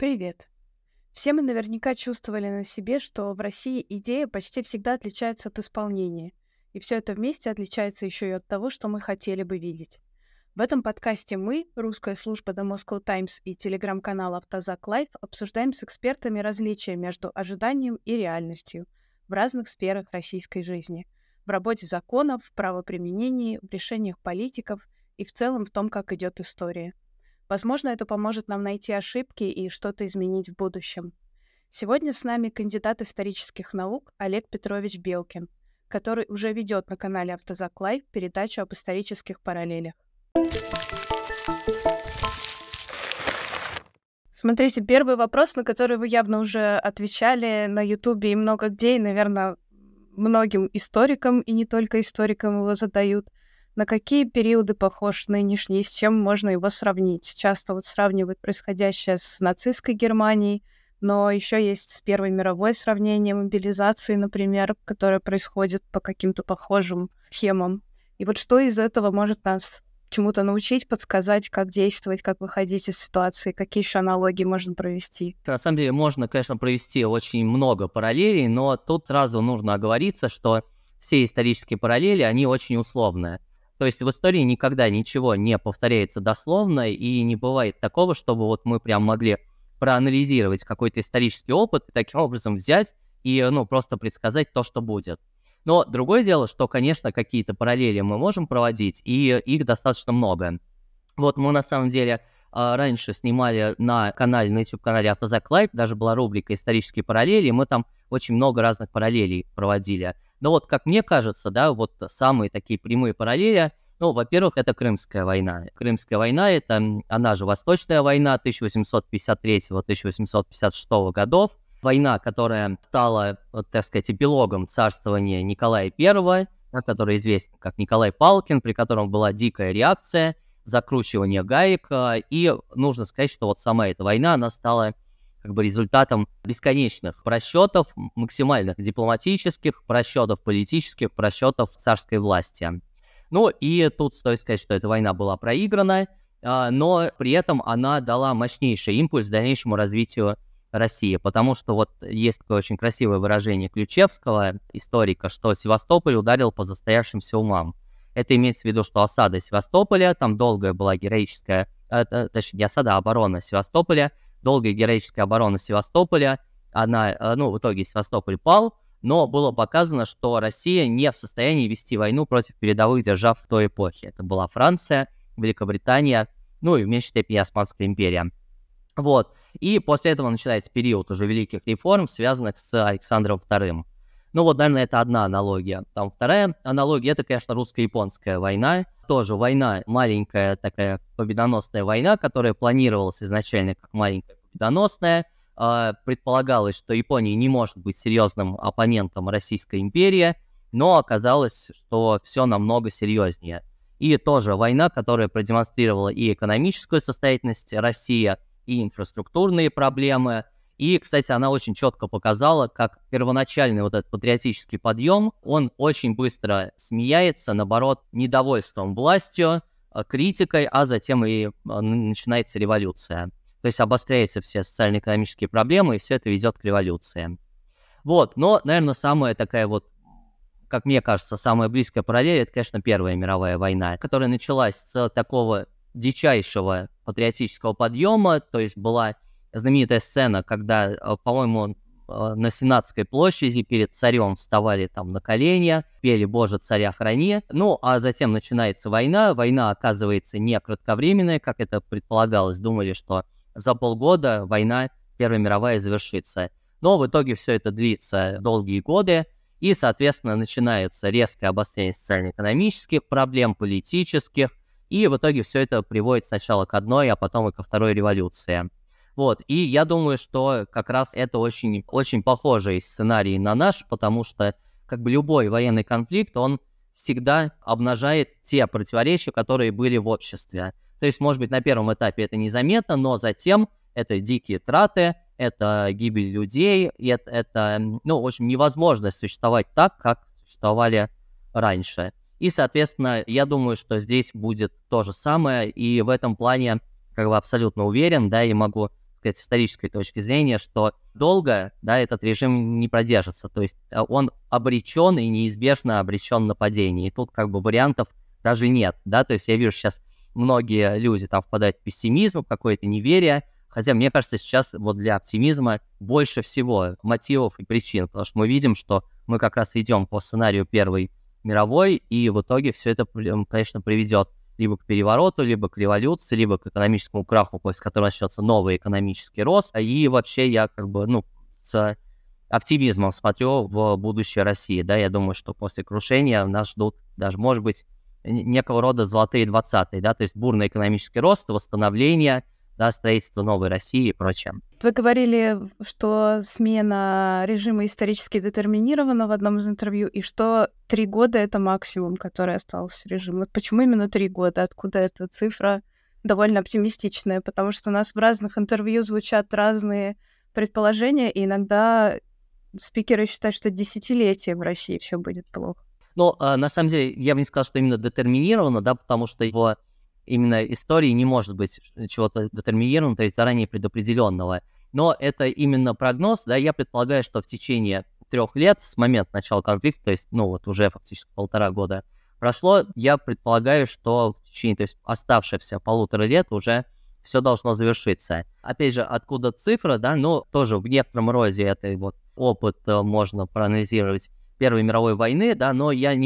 Привет. Все мы наверняка чувствовали на себе, что в России идея почти всегда отличается от исполнения. И все это вместе отличается еще и от того, что мы хотели бы видеть. В этом подкасте мы, русская служба The Moscow Times и телеграм-канал «Автозак Лайф» обсуждаем с экспертами различия между ожиданием и реальностью в разных сферах российской жизни. В работе законов, в правоприменении, в решениях политиков и в целом в том, как идет история. Возможно, это поможет нам найти ошибки и что-то изменить в будущем. Сегодня с нами кандидат исторических наук Олег Петрович Белкин, который уже ведет на канале «Автозак Лайф» передачу об исторических параллелях. Смотрите, первый вопрос, на который вы явно уже отвечали на Ютубе и много где, и, наверное, многим историкам, и не только историкам его задают. На какие периоды похож нынешний, с чем можно его сравнить? Часто вот сравнивают происходящее с нацистской Германией, но еще есть с Первой мировой сравнение мобилизации, например, которое происходит по каким-то похожим схемам. И вот что из этого может нас чему-то научить, подсказать, как действовать, как выходить из ситуации, какие еще аналогии можно провести? На самом деле можно, конечно, провести очень много параллелей, но тут сразу нужно оговориться, что все исторические параллели, они очень условные. То есть в истории никогда ничего не повторяется дословно, и не бывает такого, чтобы вот мы прям могли проанализировать какой-то исторический опыт и таким образом взять и, просто предсказать то, что будет. Но другое дело, что, конечно, какие-то параллели мы можем проводить, и их достаточно много. Вот мы на самом деле раньше снимали на YouTube-канале «Автозак Лайф», даже была рубрика «Исторические параллели», и мы там очень много разных параллелей проводили. Но вот, как мне кажется, да, вот самые такие прямые параллели, во-первых, это Крымская война. Крымская война, она же Восточная война 1853-1856 годов, война, которая стала, так сказать, эпилогом царствования Николая I, который известен как Николай Палкин, при котором была дикая реакция, закручивание гаек, и нужно сказать, что вот сама эта война, она стала как бы результатом бесконечных просчетов, максимальных дипломатических просчетов, политических просчетов царской власти. И тут стоит сказать, что эта война была проиграна, но при этом она дала мощнейший импульс дальнейшему развитию России, потому что вот есть такое очень красивое выражение Ключевского, историка, что Севастополь ударил по застоявшимся умам. Это имеется в виду, что осада Севастополя, там долгая была героическая, точнее, не осада, а оборона Севастополя, долгая героическая оборона Севастополя, она, в итоге Севастополь пал, но было показано, что Россия не в состоянии вести войну против передовых держав в той эпохе. Это была Франция, Великобритания, и в меньшей степени Османская империя. Вот, и после этого начинается период уже великих реформ, связанных с Александром II. Наверное, это одна аналогия. Там вторая аналогия, это, конечно, русско-японская война. Тоже война, маленькая такая победоносная война, которая планировалась изначально как маленькая победоносная. Предполагалось, что Япония не может быть серьезным оппонентом Российской империи, но оказалось, что все намного серьезнее. И тоже война, которая продемонстрировала и экономическую состоятельность России, и инфраструктурные проблемы. И, кстати, она очень четко показала, как первоначальный вот этот патриотический подъем, он очень быстро сменяется, наоборот, недовольством властью, критикой, а затем и начинается революция. То есть обостряются все социально-экономические проблемы, и все это ведет к революции. Вот, но, наверное, самая такая вот, как мне кажется, самая близкая параллель, это, конечно, Первая мировая война, которая началась с такого дичайшего патриотического подъема, то есть была знаменитая сцена, когда, по-моему, на Сенатской площади перед царем вставали там на колени, пели «Боже, царя храни», а затем начинается война, война оказывается не кратковременная, как это предполагалось, думали, что за полгода война Первая мировая завершится, но в итоге все это длится долгие годы, и, соответственно, начинается резкое обострение социально-экономических проблем, политических, и в итоге все это приводит сначала к одной, а потом и ко второй революции. Вот, и я думаю, что как раз это очень, очень похожий сценарий на наш, потому что как бы любой военный конфликт, он всегда обнажает те противоречия, которые были в обществе. То есть, может быть, на первом этапе это незаметно, но затем это дикие траты, это гибель людей, и это в общем, невозможность существовать так, как существовали раньше. И, соответственно, я думаю, что здесь будет то же самое, и в этом плане как бы абсолютно уверен, да, и могу сказать, с исторической точки зрения, что долго, да, этот режим не продержится, то есть он обречен и неизбежно обречен на падение, и тут как бы вариантов даже нет, да, то есть я вижу сейчас многие люди там впадают в пессимизм, в какое-то неверие, хотя мне кажется, сейчас вот для оптимизма больше всего мотивов и причин, потому что мы видим, что мы как раз идем по сценарию Первой мировой, и в итоге все это, конечно, приведет либо к перевороту, либо к революции, либо к экономическому краху, после которого начнется новый экономический рост. И вообще я как бы, с оптимизмом смотрю в будущее России, да, я думаю, что после крушения нас ждут даже, может быть, некого рода золотые 20-е, да, то есть бурный экономический рост, восстановление, да, строительство новой России и прочее. Вы говорили, что смена режима исторически детерминирована в одном из интервью, и что 3 года — это максимум, который остался режим. Вот почему именно 3 года? Откуда эта цифра довольно оптимистичная? Потому что у нас в разных интервью звучат разные предположения, и иногда спикеры считают, что десятилетия в России все будет плохо. Но на самом деле я бы не сказал, что именно детерминировано, да, потому что его именно истории не может быть чего-то детерминированного, то есть заранее предопределенного. Но это именно прогноз, да, я предполагаю, что в течение 3 лет с момента начала конфликта, то есть, вот уже фактически 1,5 года прошло, я предполагаю, что в течение, то есть оставшихся 1,5 лет уже все должно завершиться. Опять же, откуда цифра, да, тоже в некотором роде это вот опыт можно проанализировать Первой мировой войны, да, но я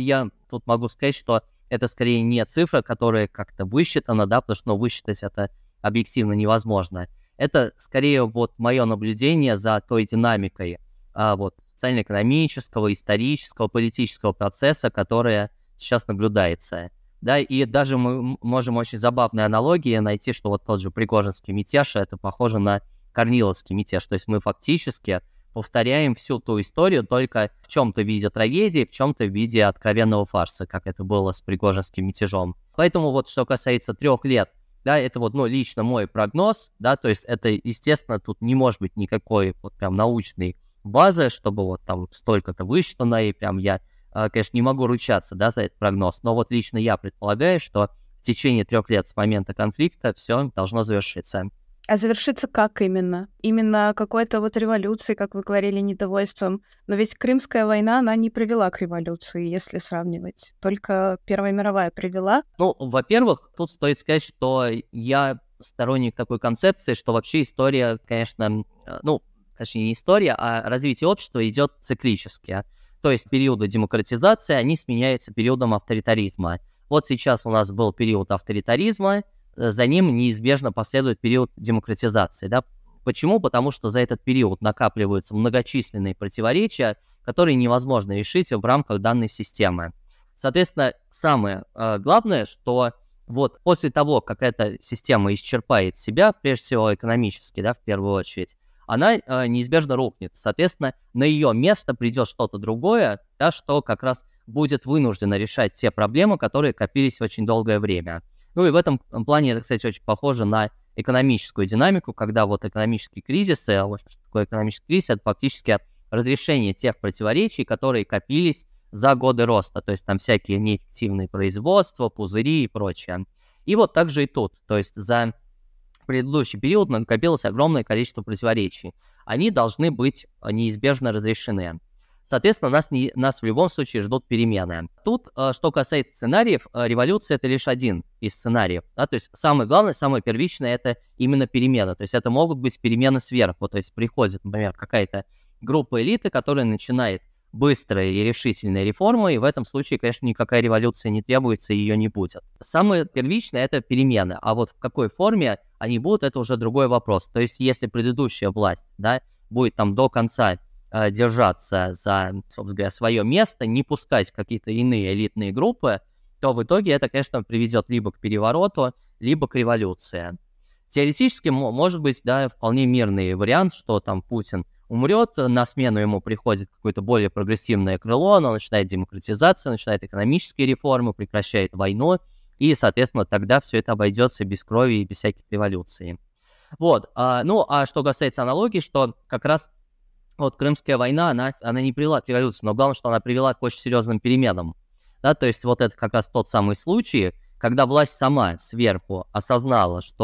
тут могу сказать, что это скорее не цифра, которая как-то высчитана, да, потому что, высчитать это объективно невозможно. Это скорее вот мое наблюдение за той динамикой вот социально-экономического, исторического, политического процесса, которая сейчас наблюдается. Да, и даже мы можем очень забавные аналогии найти, что вот тот же Пригожинский мятеж, это похоже на Корниловский мятеж, то есть мы фактически повторяем всю ту историю, только в чем-то в виде трагедии, в чем-то в виде откровенного фарса, как это было с Пригожинским мятежом. Поэтому вот что касается 3 лет, да, это вот, лично мой прогноз, да, то есть это, естественно, тут не может быть никакой вот прям научной базы, чтобы вот там столько-то высчитано, и прям я, конечно, не могу ручаться, да, за этот прогноз, но вот лично я предполагаю, что в течение 3 лет с момента конфликта все должно завершиться. А завершится как именно? Именно какой-то вот революцией, как вы говорили, недовольством. Но ведь Крымская война, она не привела к революции, если сравнивать. Только Первая мировая привела. Во-первых, тут стоит сказать, что я сторонник такой концепции, что вообще история, конечно, точнее не история, а развитие общества идет циклически. То есть периоды демократизации, они сменяются периодом авторитаризма. Вот сейчас у нас был период авторитаризма, за ним неизбежно последует период демократизации. Да? Почему? Потому что за этот период накапливаются многочисленные противоречия, которые невозможно решить в рамках данной системы. Соответственно, самое главное, что вот после того, как эта система исчерпает себя, прежде всего экономически, да, в первую очередь, она неизбежно рухнет. Соответственно, на ее место придет что-то другое, да, что как раз будет вынуждено решать те проблемы, которые копились очень долгое время. И в этом плане это, кстати, очень похоже на экономическую динамику, когда вот экономические кризисы, что такое экономический кризис, это фактически разрешение тех противоречий, которые копились за годы роста, то есть там всякие неэффективные производства, пузыри и прочее. И вот так же и тут, то есть за предыдущий период накопилось огромное количество противоречий. Они должны быть неизбежно разрешены. Соответственно, нас в любом случае ждут перемены. Тут, что касается сценариев, революция — это лишь один из сценариев. Да? То есть самое главное, самое первичное — это именно перемены. То есть это могут быть перемены сверху. То есть приходит, например, какая-то группа элиты, которая начинает быстрые и решительные реформы, и в этом случае, конечно, никакая революция не требуется, и ее не будет. Самое первичное — это перемены. А вот в какой форме они будут, это уже другой вопрос. То есть если предыдущая власть, да, будет там до конца держаться за, собственно говоря, свое место, не пускать какие-то иные элитные группы, то в итоге это, конечно, приведет либо к перевороту, либо к революции. Теоретически, может быть, да, вполне мирный вариант, что там Путин умрет, на смену ему приходит какое-то более прогрессивное крыло, оно начинает демократизацию, начинает экономические реформы, прекращает войну, и, соответственно, тогда все это обойдется без крови и без всяких революций. Вот, а что касается аналогии, что как раз вот Крымская война, она не привела к революции, но главное, что она привела к очень серьезным переменам. Да, то есть вот это как раз тот самый случай, когда власть сама сверху осознала, что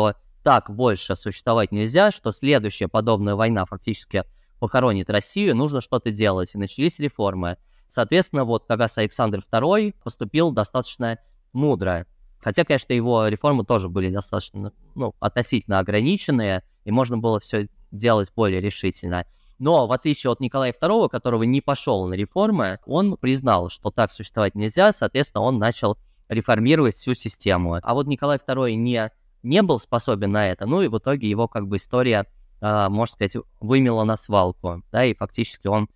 так больше существовать нельзя, что следующая подобная война фактически похоронит Россию, нужно что-то делать, и начались реформы. Соответственно, вот как раз Александр II поступил достаточно мудро. Хотя, конечно, его реформы тоже были достаточно, относительно ограниченные, и можно было все делать более решительно. Но в отличие от Николая II, которого не пошел на реформы, он признал, что так существовать нельзя, соответственно, он начал реформировать всю систему. А вот Николай II не был способен на это, и в итоге его история, можно сказать, вымела на свалку, да, и фактически он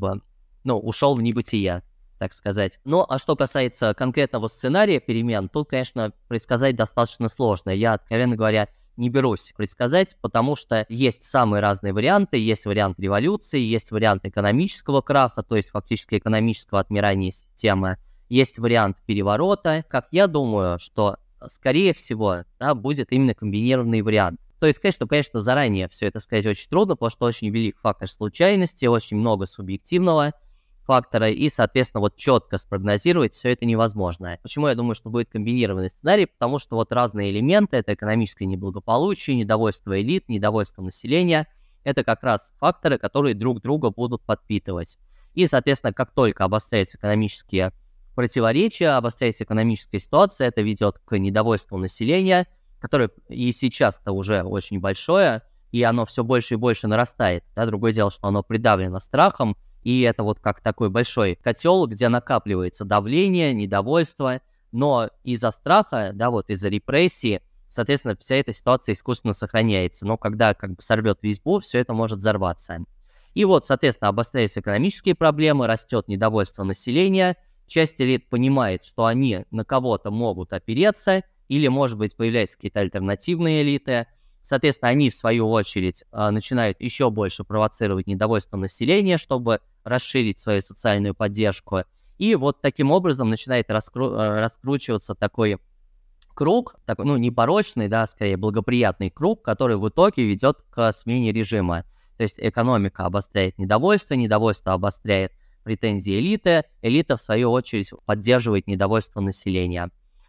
ушел в небытие, так сказать. А что касается конкретного сценария перемен, тут, конечно, предсказать достаточно сложно. Я, откровенно говоря, не берусь предсказать, потому что есть самые разные варианты. Есть вариант революции, есть вариант экономического краха, то есть фактически экономического отмирания системы. Есть вариант переворота. Как я думаю, что, скорее всего, будет именно комбинированный вариант. Стоит сказать, что, конечно, заранее все это сказать очень трудно, потому что очень велик фактор случайности, очень много субъективного фактора, и, соответственно, четко спрогнозировать все это невозможно. Почему я думаю, что будет комбинированный сценарий? Потому что разные элементы, это экономическое неблагополучие, недовольство элит, недовольство населения, это как раз факторы, которые друг друга будут подпитывать. И, соответственно, как только обостряются экономические противоречия, обостряется экономическая ситуация, это ведет к недовольству населения, которое и сейчас-то уже очень большое, и оно все больше и больше нарастает. Да? Другое дело, что оно придавлено страхом, и это как такой большой котел, где накапливается давление, недовольство, но из-за страха, из-за репрессии, соответственно, вся эта ситуация искусственно сохраняется. Но когда сорвет весьбу, все это может взорваться. И соответственно, обостряются экономические проблемы, растет недовольство населения, часть элит понимает, что они на кого-то могут опереться, или, может быть, появляются какие-то альтернативные элиты. Соответственно, они, в свою очередь, начинают еще больше провоцировать недовольство населения, чтобы расширить свою социальную поддержку. И таким образом начинает раскручиваться такой круг, не порочный, скорее благоприятный круг, который в итоге ведет к смене режима. То есть экономика обостряет недовольство, недовольство обостряет претензии элиты, элита, в свою очередь, поддерживает недовольство населения.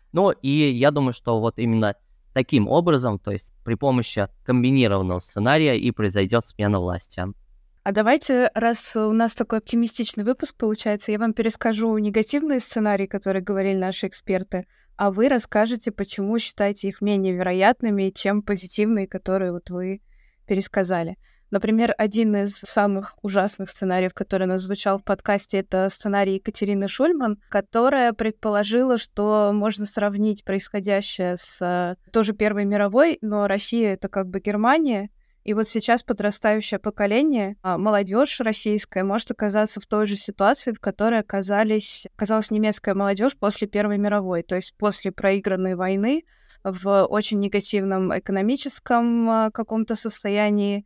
И я думаю, что именно таким образом, то есть при помощи комбинированного сценария, и произойдет смена власти. А давайте, раз у нас такой оптимистичный выпуск получается, я вам перескажу негативные сценарии, которые говорили наши эксперты, а вы расскажете, почему считаете их менее вероятными, чем позитивные, которые вы пересказали. Например, один из самых ужасных сценариев, который у нас звучал в подкасте, это сценарий Екатерины Шульман, которая предположила, что можно сравнить происходящее с тоже Первой мировой, но Россия — это Германия, и сейчас подрастающее поколение, молодежь российская, может оказаться в той же ситуации, в которой оказалась немецкая молодежь после Первой мировой, то есть после проигранной войны в очень негативном экономическом каком-то состоянии.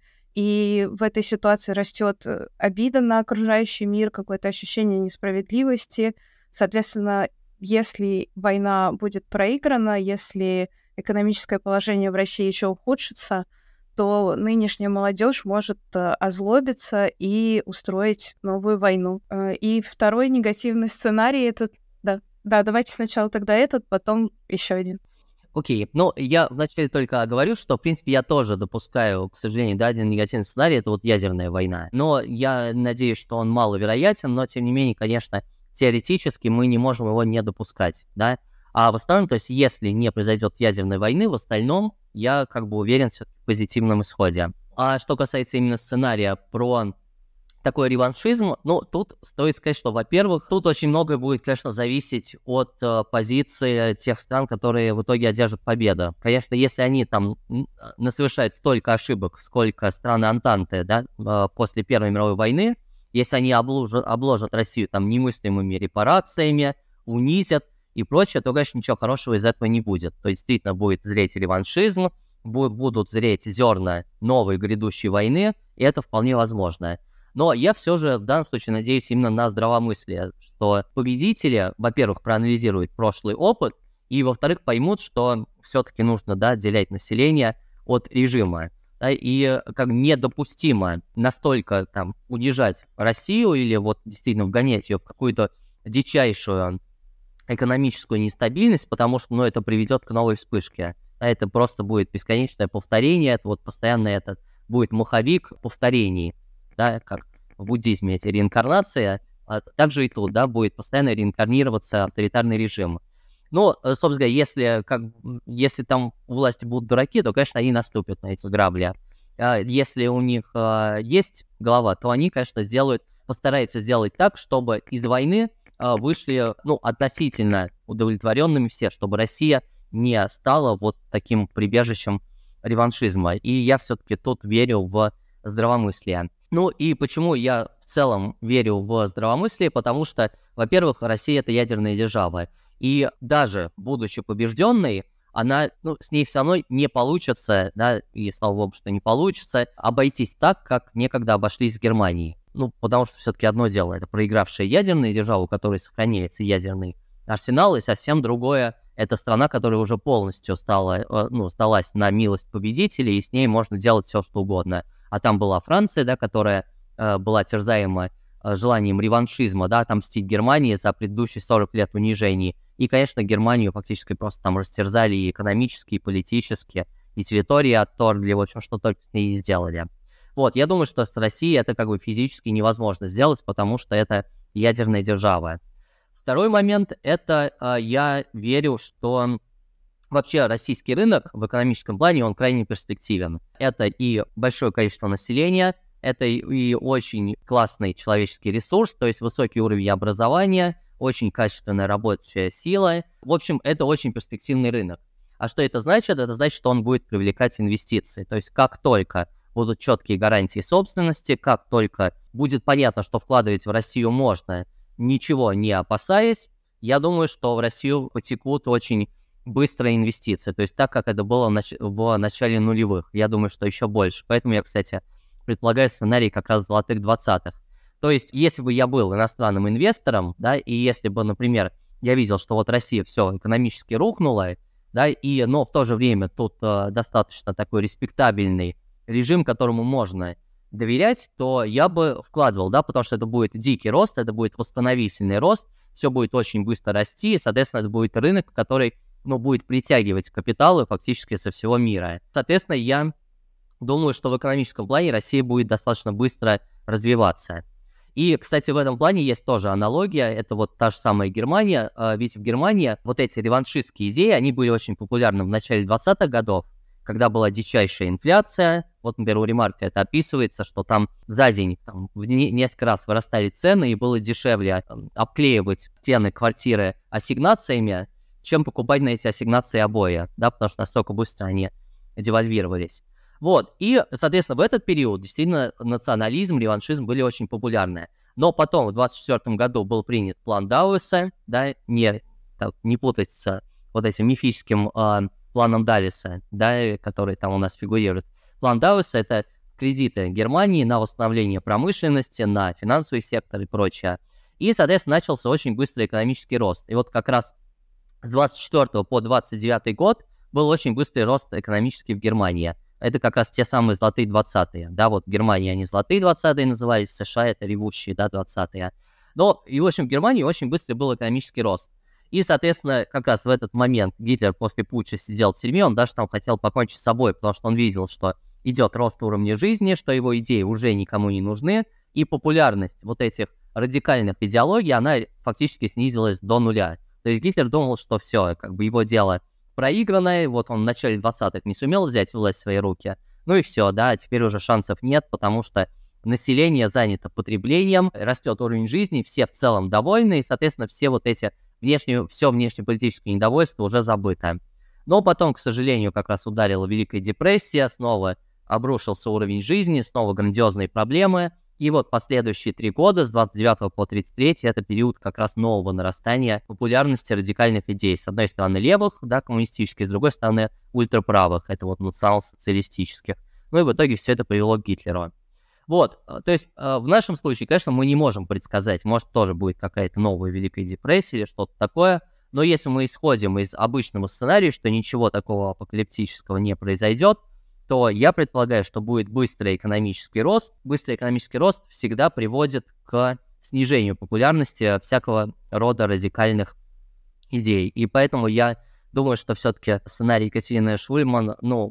И в этой ситуации растет обида на окружающий мир, какое-то ощущение несправедливости. Соответственно, если война будет проиграна, если экономическое положение в России еще ухудшится, то нынешняя молодежь может озлобиться и устроить новую войну. И второй негативный сценарий — это... Да, давайте сначала тогда этот, потом еще один. Окей, я вначале только говорю, что, в принципе, я тоже допускаю, к сожалению, один негативный сценарий, это ядерная война. Но я надеюсь, что он маловероятен, но, тем не менее, конечно, теоретически мы не можем его не допускать, да. А в остальном, то есть, если не произойдет ядерной войны, в остальном я уверен все-таки в позитивном исходе. А что касается именно сценария про такой реваншизм, тут стоит сказать, что, во-первых, тут очень многое будет, конечно, зависеть от позиции тех стран, которые в итоге одержат победу. Конечно, если они насовершают столько ошибок, сколько страны Антанты, после Первой мировой войны, если они обложат Россию немыслимыми репарациями, унизят и прочее, то, конечно, ничего хорошего из этого не будет. То есть, действительно, будет зреть реваншизм, будут зреть зерна новой грядущей войны, и это вполне возможно. Но я все же в данном случае надеюсь именно на здравомыслие, что победители, во-первых, проанализируют прошлый опыт, и, во-вторых, поймут, что все-таки нужно отделять население от режима. Да, и недопустимо настолько унижать Россию или действительно вгонять ее в какую-то дичайшую экономическую нестабильность, потому что это приведет к новой вспышке. а это просто будет бесконечное повторение, это вот постоянно этот будет маховик повторений, да, как в буддизме эти реинкарнация, а также и тут, да, будет постоянно реинкарнироваться авторитарный режим. Ну, собственно говоря, если там у власти будут дураки, то, конечно, они наступят на эти грабли. Если у них есть голова, то они, конечно, постараются сделать так, чтобы из войны вышли, относительно удовлетворенными все, чтобы Россия не стала вот таким прибежищем реваншизма. И я все-таки тут верю в здравомыслие. Ну и почему я в целом верю в здравомыслие? Потому что, во-первых, Россия — это ядерная держава. И даже будучи побежденной, с ней все равно не получится, да, и слава богу, что не получится, обойтись так, как некогда обошлись с Германией. Потому что все-таки одно дело — это проигравшая ядерная держава, у которой сохраняется ядерный арсенал, и совсем другое — это страна, которая уже полностью сдалась на милость победителей, и с ней можно делать все, что угодно. А там была Франция, да, которая была терзаема желанием реваншизма, да, отомстить Германии за предыдущие 40 лет унижений. И, конечно, Германию фактически просто там растерзали и экономически, и политически, и территории отторгли, в общем, что только с ней и сделали. Вот, я думаю, что с Россией это как бы физически невозможно сделать, потому что это ядерная держава. Второй момент — это я верю, что вообще российский рынок в экономическом плане, он крайне перспективен. Это и большое количество населения, это и очень классный человеческий ресурс, то есть высокий уровень образования, очень качественная рабочая сила. В общем, это очень перспективный рынок. А что это значит? Это значит, что он будет привлекать инвестиции. То есть как только будут четкие гарантии собственности, как только будет понятно, что вкладывать в Россию можно, ничего не опасаясь, я думаю, что в Россию потекут очень быстрые инвестиции. То есть так, как это было в начале нулевых. Я думаю, что еще больше. Поэтому я, кстати, предполагаю сценарий как раз золотых 20-х. То есть, если бы я был иностранным инвестором, да, и если бы, например, я видел, что вот Россия все экономически рухнула, да, но в то же время тут достаточно такой респектабельный режим, которому можно доверять, то я бы вкладывал, да, потому что это будет дикий рост, это будет восстановительный рост, все будет очень быстро расти, и, соответственно, это будет рынок, который, будет притягивать капиталы фактически со всего мира. Соответственно, я думаю, что в экономическом плане Россия будет достаточно быстро развиваться. И, кстати, в этом плане есть тоже аналогия, это вот та же самая Германия, ведь в Германии вот эти реваншистские идеи, они были очень популярны в начале 20-х годов, когда была дичайшая инфляция. Вот, например, у Ремарка это описывается, что там за день в несколько раз вырастали цены, и было дешевле обклеивать стены квартиры ассигнациями, чем покупать на эти ассигнации обои, да, потому что настолько быстро они девальвировались. Вот, и, соответственно, в этот период действительно национализм, реваншизм были очень популярны. Но потом, в 24 году был принят план Дауэса, да, не путать с вот этим мифическим планом Даллеса, да, который там у нас фигурирует. План Дауэса — это кредиты Германии на восстановление промышленности, на финансовый сектор и прочее. И, соответственно, начался очень быстрый экономический рост. И вот как раз с 24 по 29 год был очень быстрый рост экономический в Германии. Это как раз те самые золотые 20-е. Да, вот в Германии они золотые 20-е назывались, в США это ревущие, да, 20-е. Но, и, в общем, в Германии очень быстрый был экономический рост. И, соответственно, как раз в этот момент Гитлер после путча сидел в тюрьме, он даже там хотел покончить с собой, потому что он видел, что идет рост уровня жизни, что его идеи уже никому не нужны, и популярность вот этих радикальных идеологий, она фактически снизилась до нуля. То есть Гитлер думал, что все, как бы его дело проигранное, вот он в начале 20-х не сумел взять власть в свои руки, ну и все, да, теперь уже шансов нет, потому что население занято потреблением, растет уровень жизни, все в целом довольны, и, соответственно, все вот эти все внешнеполитическое недовольство уже забыто. Но потом, к сожалению, как раз ударила Великая депрессия, снова обрушился уровень жизни, снова грандиозные проблемы. И вот последующие 3 года, с 29 по 33, это период как раз нового нарастания популярности радикальных идей. С одной стороны левых, да, коммунистических, с другой стороны ультраправых, это вот национал-социалистических. Ну и в итоге все это привело к Гитлеру. Вот, то есть в нашем случае, конечно, мы не можем предсказать, может тоже будет какая-то новая Великая депрессия или что-то такое, но если мы исходим из обычного сценария, что ничего такого апокалиптического не произойдет, то я предполагаю, что будет быстрый экономический рост. Быстрый экономический рост всегда приводит к снижению популярности всякого рода радикальных идей. И поэтому я думаю, что все-таки сценарий Екатерины Шульман,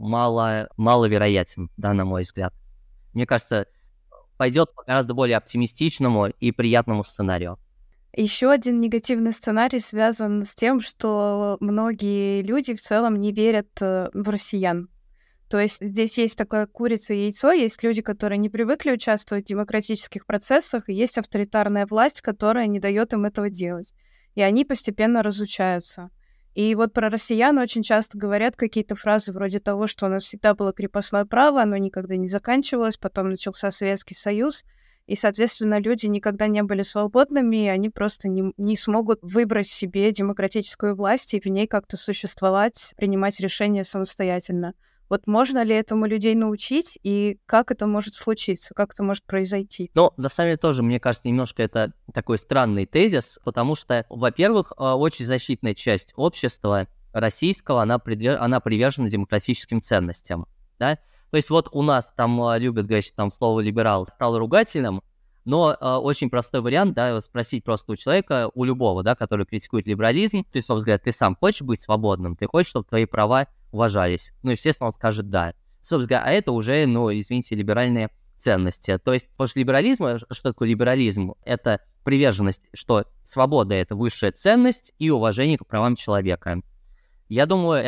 маловероятен, да, на мой взгляд. Мне кажется, пойдет по гораздо более оптимистичному и приятному сценарию. Еще один негативный сценарий связан с тем, что многие люди в целом не верят в россиян. То есть здесь есть такое курица и яйцо, есть люди, которые не привыкли участвовать в демократических процессах, и есть авторитарная власть, которая не дает им этого делать. И они постепенно разучаются. И вот про россиян очень часто говорят какие-то фразы вроде того, что у нас всегда было крепостное право, оно никогда не заканчивалось, потом начался Советский Союз, и, соответственно, люди никогда не были свободными, и они просто не смогут выбрать себе демократическую власть и в ней как-то существовать, принимать решения самостоятельно. Вот можно ли этому людей научить, и как это может случиться, как это может произойти? Ну, на самом деле тоже, мне кажется, немножко это такой странный тезис, потому что, во-первых, очень значительная часть общества российского, она привержена демократическим ценностям, да. То есть вот у нас там любят говорить, что там слово «либерал» стало ругательным, но очень простой вариант, да, спросить просто у человека, у любого, да, который критикует либерализм, ты, собственно говоря, ты сам хочешь быть свободным, ты хочешь, чтобы твои права уважались? Ну, естественно, он скажет «да». Собственно говоря, а это уже, извините, либеральные ценности. То есть, потому что либерализм, что такое либерализм? Это приверженность, что свобода — это высшая ценность и уважение к правам человека. Я думаю,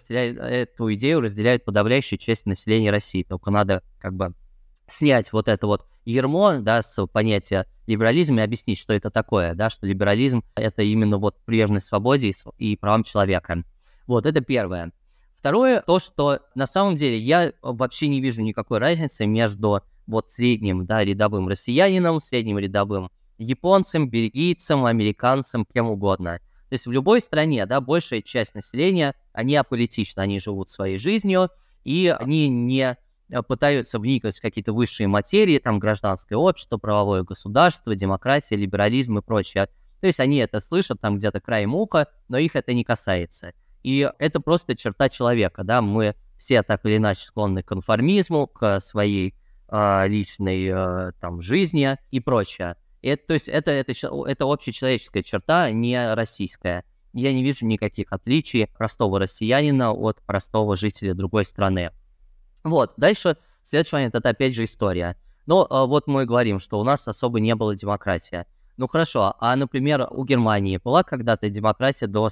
эту идею разделяет подавляющая часть населения России. Только надо как бы снять вот это вот ярмо, да, с понятия либерализма и объяснить, что это такое, да, что либерализм — это именно вот приверженность свободе и правам человека. Вот, это первое. Второе, то, что на самом деле я вообще не вижу никакой разницы между вот средним, да, рядовым россиянином, средним рядовым японцем, бельгийцем, американцем, кем угодно. То есть в любой стране, да, большая часть населения, они аполитичны, они живут своей жизнью, и они не пытаются вникнуть в какие-то высшие материи, там, гражданское общество, правовое государство, демократия, либерализм и прочее. То есть они это слышат там где-то краем уха, но их это не касается. И это просто черта человека, да, мы все так или иначе склонны к конформизму, к своей личной там жизни и прочее. То есть это общечеловеческая черта, не российская. Я не вижу никаких отличий простого россиянина от простого жителя другой страны. Вот, дальше следующий момент, это опять же история. Но вот мы говорим, что у нас особо не было демократии. Ну хорошо, а, например, у Германии была когда-то демократия до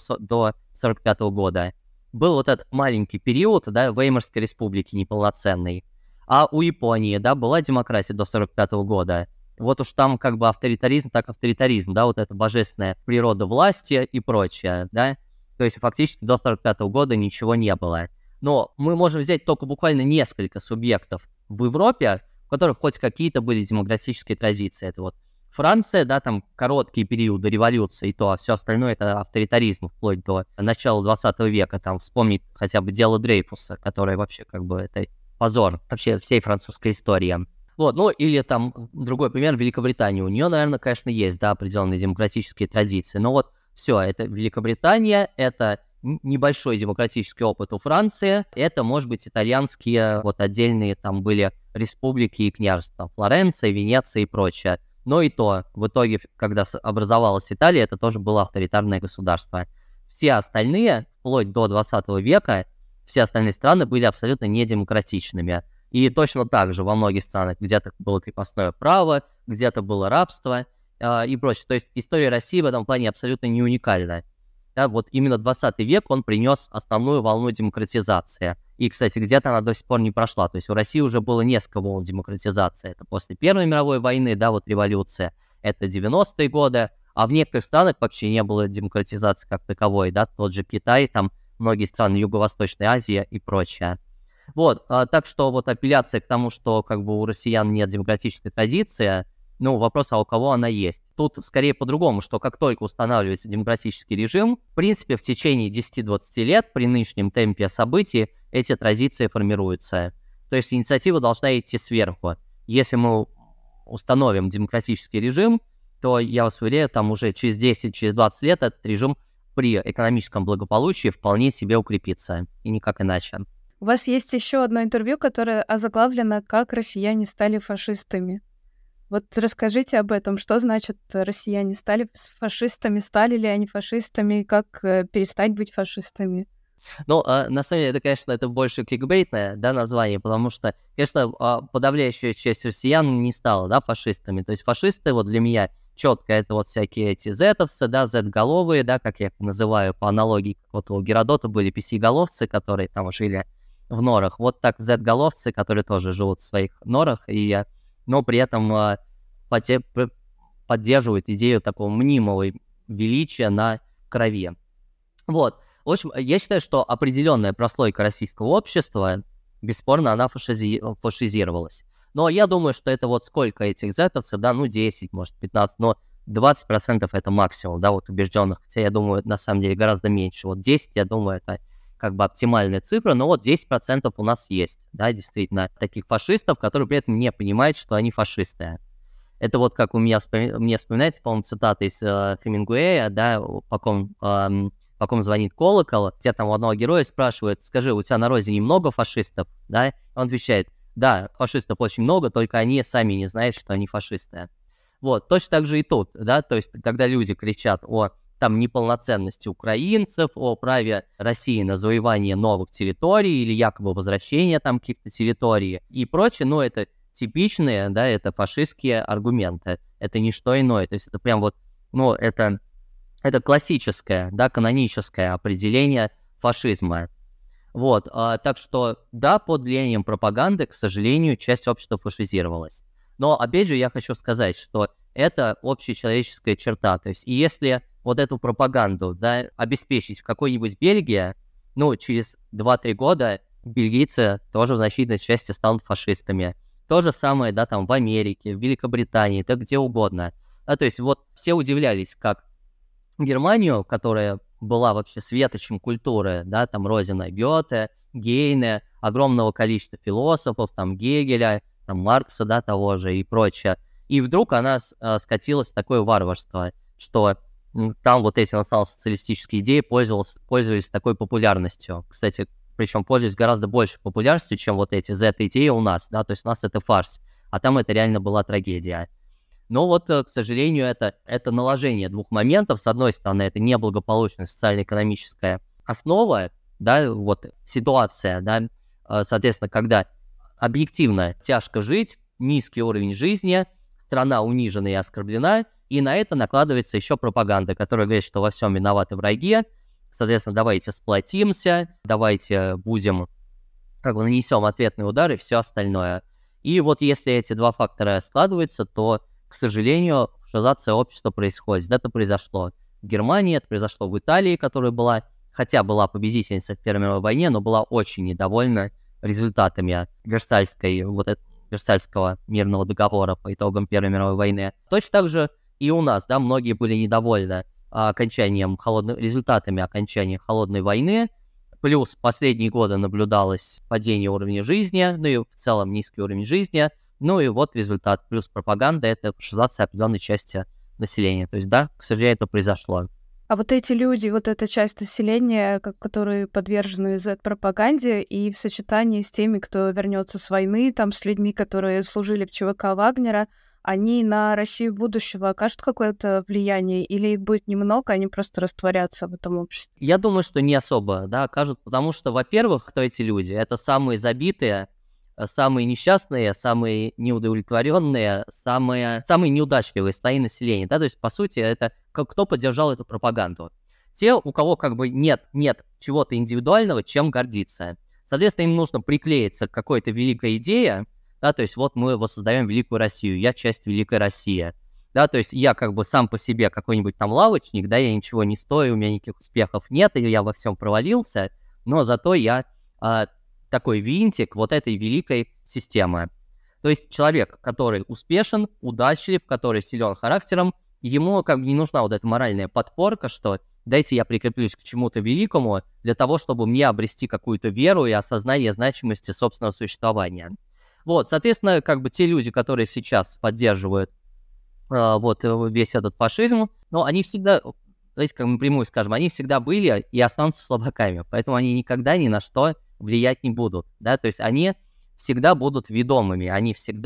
1945 года. Был вот этот маленький период, да, Веймарской республики неполноценной. А у Японии, да, была демократия до 1945 года. Вот уж там как бы авторитаризм, так авторитаризм, да, вот эта божественная природа власти и прочее, да. То есть фактически до 1945 года ничего не было. Но мы можем взять только буквально несколько субъектов в Европе, в которых хоть какие-то были демократические традиции. Это вот Франция, да, там короткие периоды революции, и то, а все остальное это авторитаризм вплоть до начала 20 века. Там вспомнить хотя бы дело Дрейфуса, которое вообще как бы это позор вообще всей французской истории. Вот, ну или там другой пример, Великобритания. У нее, наверное, конечно, есть, да, определенные демократические традиции, но вот все, это Великобритания, это небольшой демократический опыт у Франции, это, может быть, итальянские вот отдельные там были республики и княжества, Флоренция, Венеция и прочее. Но и то, в итоге, когда образовалась Италия, это тоже было авторитарное государство. Все остальные, вплоть до 20 века, все остальные страны были абсолютно недемократичными. И точно так же во многих странах где-то было крепостное право, где-то было рабство и прочее. То есть история России в этом плане абсолютно не уникальна. Да, вот именно 20 век он принес основную волну демократизации. И, кстати, где-то она до сих пор не прошла. То есть у России уже было несколько волн демократизации. Это после Первой мировой войны, да, вот революция. Это 90-е годы. А в некоторых странах вообще не было демократизации как таковой, да, тот же Китай, там многие страны Юго-Восточной Азии и прочее. Вот, так что вот апелляция к тому, что как бы у россиян нет демократической традиции, ну, вопрос, а у кого она есть? Тут скорее по-другому, что как только устанавливается демократический режим, в принципе, в течение 10-20 лет при нынешнем темпе событий эти традиции формируются. То есть инициатива должна идти сверху. Если мы установим демократический режим, то, я вас уверяю, там уже через 10, через 20 лет этот режим при экономическом благополучии вполне себе укрепится, и никак иначе. У вас есть еще одно интервью, которое озаглавлено «Как россияне стали фашистами». Вот расскажите об этом. Что значит, россияне стали фашистами? Стали ли они фашистами? Как перестать быть фашистами? Ну, на самом деле, это, конечно, это больше кликбейтное, да, название, потому что, конечно, подавляющая часть россиян не стала, да, фашистами. То есть фашисты, вот для меня четко, это вот всякие эти зетовцы, да, зет-головые, да, как я их называю, по аналогии, вот у Геродота были пси-головцы, которые там жили в норах. Вот так зет-головцы, которые тоже живут в своих норах, но при этом поддерживают идею такого мнимого величия на крови. Вот. В общем, я считаю, что определенная прослойка российского общества, бесспорно, она фашизировалась. Но я думаю, что это вот сколько этих зетовцев, да, 10, может, 15, но 20% это максимум, да, вот убежденных. Хотя я думаю, на самом деле гораздо меньше. Вот 10, я думаю, это как бы оптимальная цифра, но вот 10% у нас есть, да, действительно, таких фашистов, которые при этом не понимают, что они фашисты. Это вот как мне вспоминается, по-моему, цитата из Хемингуэя, да, по ком звонит колокол, тебя там у одного героя спрашивают: скажи, у тебя на родине много фашистов, да? Он отвечает: да, фашистов очень много, только они сами не знают, что они фашисты. Вот, точно так же и тут, да, то есть, когда люди кричат о там неполноценности украинцев, о праве России на завоевание новых территорий или якобы возвращение там каких-то территорий и прочее, это типичные, да, это фашистские аргументы, это не что иное, то есть это прям вот, это классическое, да, каноническое определение фашизма. Вот, так что, да, под влиянием пропаганды, к сожалению, часть общества фашизировалась. Но, опять же, я хочу сказать, что это общечеловеческая черта. То есть, и если вот эту пропаганду, да, обеспечить в какой-нибудь Бельгии, через 2-3 года бельгийцы тоже в значительной части станут фашистами. То же самое, да, там в Америке, в Великобритании, да где угодно. Да, то есть, вот все удивлялись, как Германию, которая была вообще светочем культуры, да, там родина Гёте, Гейне, огромного количества философов, там Гегеля, там Маркса, да, того же и прочее. И вдруг она скатилась в такое варварство, что там вот эти национал-социалистические идеи пользовались такой популярностью. Кстати, причем пользовались гораздо больше популярностью, чем вот эти Z-идеи у нас, да, то есть у нас это фарс, а там это реально была трагедия. Но вот, к сожалению, это наложение двух моментов. С одной стороны, это неблагополучная социально-экономическая основа, да, вот ситуация, да, соответственно, когда объективно тяжко жить, низкий уровень жизни, страна унижена и оскорблена, и на это накладывается еще пропаганда, которая говорит, что во всем виноваты враги, соответственно, давайте сплотимся, давайте нанесем ответный удар и все остальное. И вот если эти два фактора складываются, то, к сожалению, фашизация общества происходит. Это произошло в Германии, это произошло в Италии, которая была победительницей в Первой мировой войне, но была очень недовольна результатами Версальского мирного договора по итогам Первой мировой войны. Точно так же и у нас, да, многие были недовольны результатами окончания холодной войны, плюс последние годы наблюдалось падение уровня жизни, и в целом низкий уровень жизни, и вот результат, плюс пропаганда, это фашизация определенной части населения. То есть, да, к сожалению, это произошло. А вот эти люди, вот эта часть населения, которые подвержены Z-пропаганде, и в сочетании с теми, кто вернется с войны, там, с людьми, которые служили в ЧВК Вагнера, они на Россию будущего окажут какое-то влияние, или их будет немного, они просто растворятся в этом обществе? Я думаю, что не особо, да, окажут, потому что, во-первых, кто эти люди? Это самые забитые, самые несчастные, самые неудовлетворенные, самые неудачливые слои населения, да, то есть, по сути, это кто поддержал эту пропаганду? Те, у кого нет чего-то индивидуального, чем гордиться. Соответственно, им нужно приклеиться к какой-то великой идее, да, то есть вот мы воссоздаем Великую Россию, я часть Великой России, да, то есть я сам по себе какой-нибудь там лавочник, да, я ничего не стою, у меня никаких успехов нет, и я во всем провалился, но зато я такой винтик вот этой великой системы. То есть человек, который успешен, удачлив, который силен характером, ему не нужна вот эта моральная подпорка, что дайте я прикреплюсь к чему-то великому для того, чтобы мне обрести какую-то веру и осознание значимости собственного существования. Вот, соответственно, те люди, которые сейчас поддерживают весь этот фашизм, они всегда, давайте напрямую скажем, они всегда были и останутся слабаками, поэтому они никогда ни на что влиять не будут, да, то есть они всегда будут ведомыми, они всегда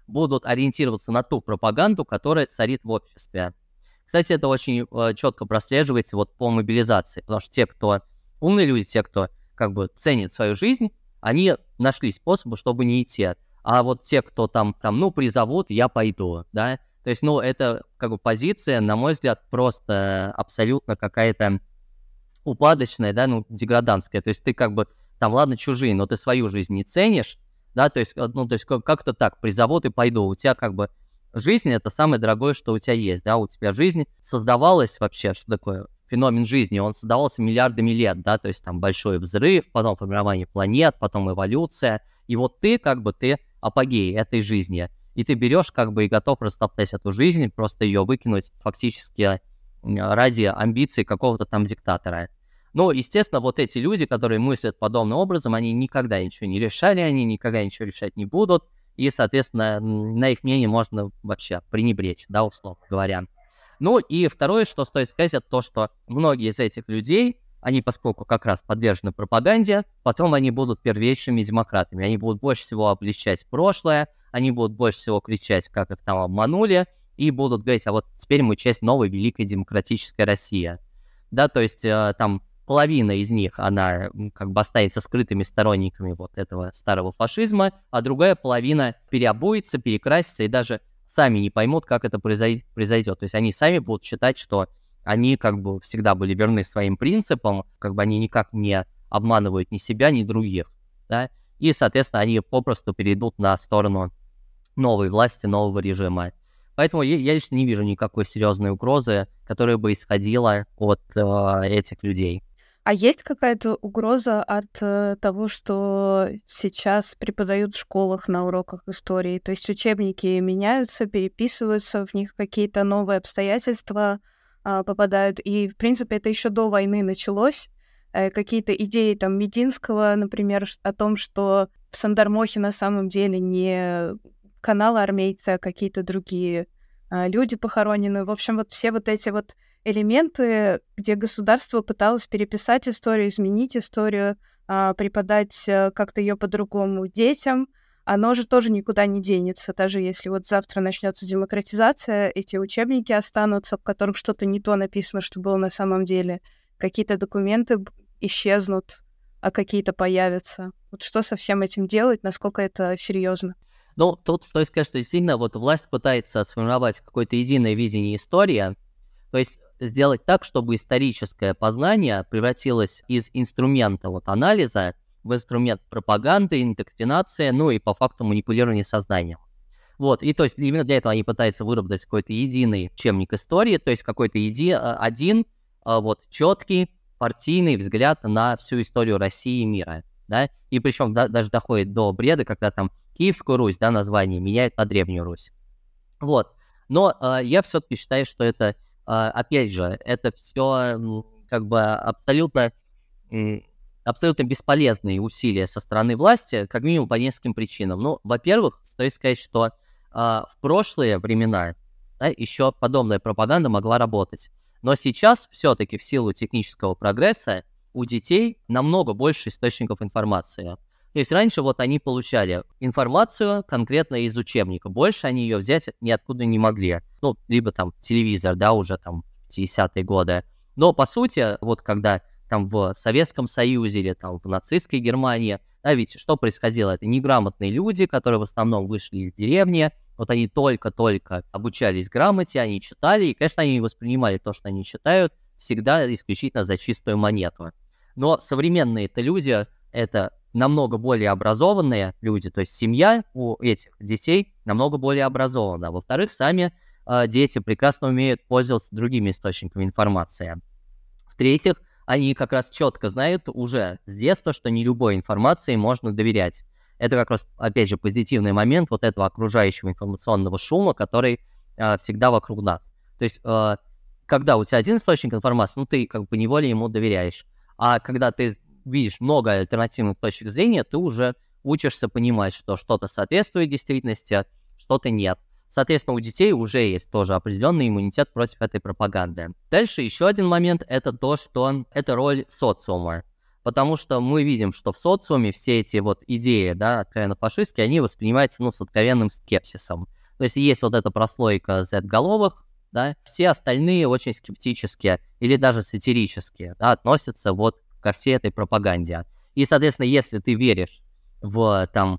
будут ориентироваться на ту пропаганду, которая царит в обществе. Кстати, это очень четко прослеживается вот по мобилизации, потому что те, кто умные люди, те, кто как бы ценит свою жизнь, они нашли способы, чтобы не идти. А вот те, кто там, ну, призовут, я пойду, да. То есть, ну, это как бы позиция, на мой взгляд, просто абсолютно какая-то упадочная, да, ну, деградантская. То есть ты как бы, там, ладно, чужие, но ты свою жизнь не ценишь, да, то есть, ну, то есть как-то так, призовут и пойду. У тебя как бы жизнь — это самое дорогое, что у тебя есть, да, у тебя жизнь создавалась вообще, что такое феномен жизни, он создавался миллиардами лет, да, то есть там большой взрыв, потом формирование планет, потом эволюция, и вот ты как бы, ты апогей этой жизни, и ты берешь как бы и готов растоптать эту жизнь, просто ее выкинуть фактически ради амбиций какого-то там диктатора. Ну, естественно, вот эти люди, которые мыслят подобным образом, они никогда ничего не решали, они никогда ничего решать не будут, и, соответственно, на их мнение можно вообще пренебречь, да, условно говоря. Ну, и второе, что стоит сказать, это то, что многие из этих людей, они, поскольку как раз подвержены пропаганде, потом они будут первейшими демократами, они будут больше всего обличать прошлое, они будут больше всего кричать, как их там обманули, и будут говорить, а вот теперь мы часть новой великой демократической России. Да, то есть там половина из них, она как бы останется скрытыми сторонниками вот этого старого фашизма, а другая половина переобуется, перекрасится и даже сами не поймут, как это произойдет. То есть они сами будут считать, что они как бы всегда были верны своим принципам, как бы они никак не обманывают ни себя, ни других, да, и, соответственно, они попросту перейдут на сторону новой власти, нового режима. Поэтому я лично не вижу никакой серьезной угрозы, которая бы исходила от этих людей. А есть какая-то угроза от того, что сейчас преподают в школах на уроках истории? То есть учебники меняются, переписываются, в них какие-то новые обстоятельства попадают. И, в принципе, это еще до войны началось. Какие-то идеи там Мединского, например, о том, что в Сандармохе на самом деле не каналы армейцы, а какие-то другие люди похоронены. В общем, вот все вот эти вот элементы, где государство пыталось переписать историю, изменить историю, преподать как-то ее по-другому детям, оно же тоже никуда не денется. Даже если вот завтра начнется демократизация, эти учебники останутся, в которых что-то не то написано, что было на самом деле. Какие-то документы исчезнут, а какие-то появятся. Вот что со всем этим делать, насколько это серьезно? Ну, тут стоит сказать, что действительно вот власть пытается сформировать какое-то единое видение истории, то есть сделать так, чтобы историческое познание превратилось из инструмента вот анализа в инструмент пропаганды, индоктринации, ну и по факту манипулирования сознанием. Вот, и то есть именно для этого они пытаются выработать какой-то единый учебник истории, то есть какой-то один вот четкий партийный взгляд на всю историю России и мира, да, и причем даже доходит до бреда, когда там Киевскую Русь, да, название меняет на Древнюю Русь. Вот, но я все-таки считаю, что это, опять же, это все как бы абсолютно бесполезные усилия со стороны власти, как минимум по нескольким причинам. Ну, во-первых, стоит сказать, что в прошлые времена, да, еще подобная пропаганда могла работать. Но сейчас все-таки в силу технического прогресса у детей намного больше источников информации. То есть раньше вот они получали информацию конкретно из учебника, больше они ее взять ниоткуда не могли. Ну, либо там телевизор, да, уже там 50-е годы. Но по сути, вот когда там в Советском Союзе или там в нацистской Германии, да, ведь что происходило? Это неграмотные люди, которые в основном вышли из деревни, вот они только-только обучались грамоте, они читали, и, конечно, они воспринимали то, что они читают, всегда исключительно за чистую монету. Но современные-то люди, это намного более образованные люди, то есть семья у этих детей намного более образована. Во-вторых, сами дети прекрасно умеют пользоваться другими источниками информации. В-третьих, они как раз четко знают уже с детства, что не любой информации можно доверять. Это как раз, опять же, позитивный момент вот этого окружающего информационного шума, который всегда вокруг нас. То есть, когда у тебя один источник информации, ну, ты как бы поневоле ему доверяешь. А когда ты видишь много альтернативных точек зрения, ты уже учишься понимать, что что-то соответствует действительности, что-то нет. Соответственно, у детей уже есть тоже определенный иммунитет против этой пропаганды. Дальше еще один момент — это то, что это роль социума. потому что мы видим, что в социуме все эти вот идеи, да, откровенно фашистские, они воспринимаются, ну, с откровенным скепсисом. То есть есть вот эта прослойка Z-головых, да, все остальные очень скептически или даже сатирически, да, относятся вот ко всей этой пропаганде. И, соответственно, если ты веришь в, там,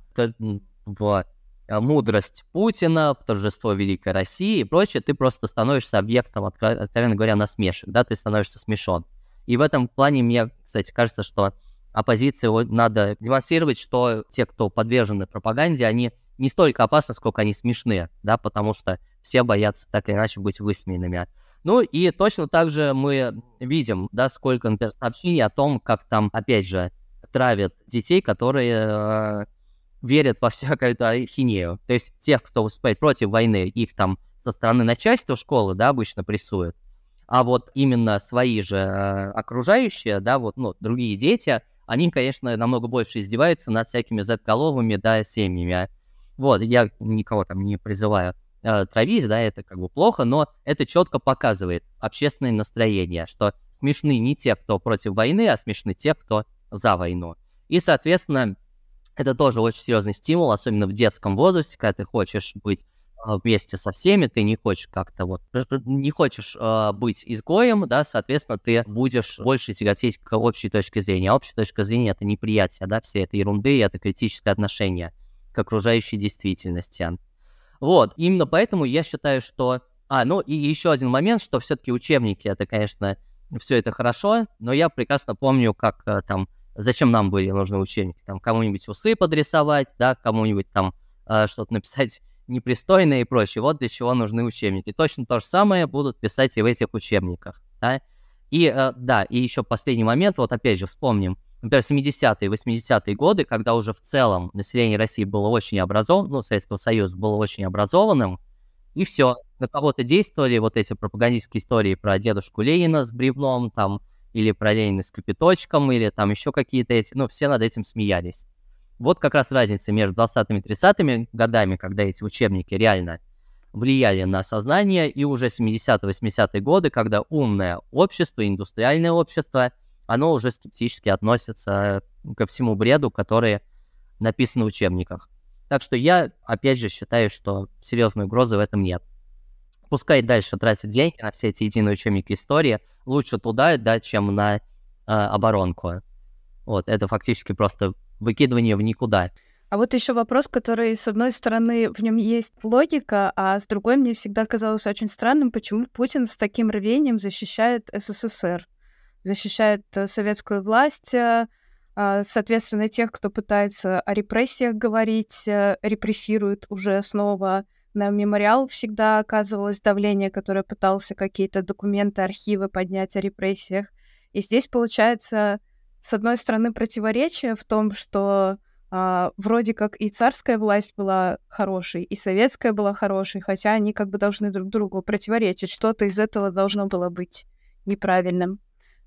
в мудрость Путина, в торжество Великой России и прочее, ты просто становишься объектом, откровенно говоря, насмешек, да, ты становишься смешон. И в этом плане мне, кстати, кажется, что оппозиции надо демонстрировать, что те, кто подвержены пропаганде, они не столько опасны, сколько они смешные, да, потому что все боятся так или иначе быть высмеянными. Ну и точно так же мы видим, да, сколько, например, сообщений о том, как там, опять же, травят детей, которые верят во всякую эту ахинею. То есть тех, кто выступает против войны, их там со стороны начальства школы, да, обычно прессуют. А вот именно свои же окружающие, да, вот, ну, другие дети, они, конечно, намного больше издеваются над всякими Z-головыми, да, семьями. Вот, я никого там не призываю травить, да, это как бы плохо, но это четко показывает общественное настроение, что смешны не те, кто против войны, а смешны те, кто за войну. И, соответственно, это тоже очень серьезный стимул, особенно в детском возрасте, когда ты хочешь быть вместе со всеми, ты не хочешь как-то вот, не хочешь быть изгоем, да, соответственно, ты будешь больше тяготеть к общей точке зрения. А общая точка зрения — это неприятие, да, всей этой ерунды, это критическое отношение к окружающей действительности. Вот, именно поэтому я считаю, что... ну и еще один момент, что все-таки учебники, это, конечно, все это хорошо, но я прекрасно помню, как там, зачем нам были нужны учебники, там, кому-нибудь усы подрисовать, да, кому-нибудь там что-то написать непристойное и прочее. Вот для чего нужны учебники. Точно то же самое будут писать и в этих учебниках, да. И, да, и еще последний момент, вот опять же вспомним, например, 70-е, 80-е годы, когда уже в целом население России было очень образованным, ну, Советского Союза было очень образованным, и все, на кого-то действовали вот эти пропагандистские истории про дедушку Ленина с бревном, там, или про Ленина с кипяточком, или там еще какие-то эти, ну, все над этим смеялись. Вот как раз разница между 20-ми и 30-ми годами, когда эти учебники реально влияли на сознание, и уже 70-80-е годы, когда умное общество, индустриальное общество, оно уже скептически относится ко всему бреду, который написан в учебниках. Так что я, опять же, считаю, что серьезной угрозы в этом нет. Пускай дальше тратят деньги на все эти единые учебники истории, лучше туда, да, чем на оборонку. Вот, это фактически просто выкидывание в никуда. А вот еще вопрос, который, с одной стороны, в нем есть логика, а с другой мне всегда казалось очень странным, почему Путин с таким рвением защищает СССР, защищает советскую власть, соответственно, тех, кто пытается о репрессиях говорить, репрессирует уже снова. На мемориал всегда оказывалось давление, которое пытался какие-то документы, архивы поднять о репрессиях. И здесь получается, с одной стороны, противоречие в том, что вроде как и царская власть была хорошей, и советская была хорошей, хотя они как бы должны друг другу противоречить. Что-то из этого должно было быть неправильным.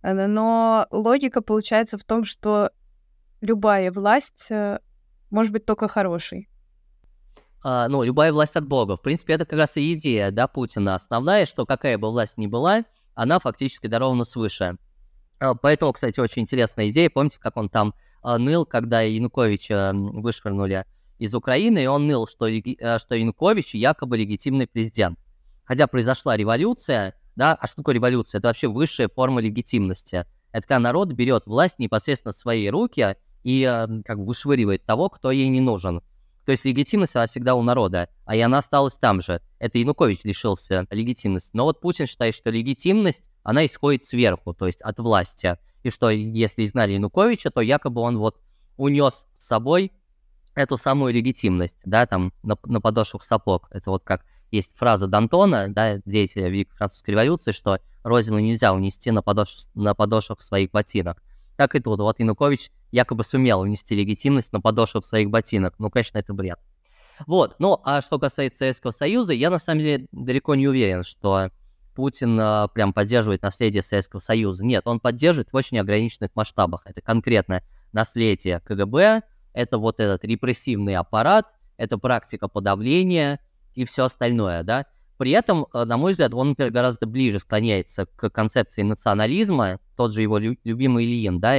Но логика получается в том, что любая власть может быть только хорошей. Ну, любая власть от Бога. В принципе, это как раз и идея, да, Путина основная, что какая бы власть ни была, она фактически дарована свыше. Поэтому, кстати, очень интересная идея. Помните, как он там ныл, когда Януковича вышвырнули из Украины, и он ныл, что Янукович якобы легитимный президент. Хотя произошла революция, да, а что такое революция? Это вообще высшая форма легитимности. Это когда народ берет власть непосредственно в свои руки и как бы вышвыривает того, кто ей не нужен. То есть легитимность, она всегда у народа, а и она осталась там же. Это Янукович лишился легитимности. Но вот Путин считает, что легитимность, она исходит сверху, то есть от власти. И что если изгнали Януковича, то якобы он вот унес с собой эту самую легитимность, да, там, на подошвах сапог. Это вот как есть фраза Д'Антона, да, деятеля Великой Французской революции, что родину нельзя унести на подошвах своих ботинок. Так и тут. Вот Янукович якобы сумел унести легитимность на подошвах своих ботинок. Ну, конечно, это бред. Вот. Ну, а что касается Советского Союза, я, на самом деле, далеко не уверен, что Путин прям поддерживает наследие Советского Союза. Нет, он поддерживает в очень ограниченных масштабах. Это конкретно наследие КГБ, это вот этот репрессивный аппарат, это практика подавления и все остальное, да. При этом, на мой взгляд, он, например, гораздо ближе склоняется к концепции национализма. Тот же его любимый Ильин, да, это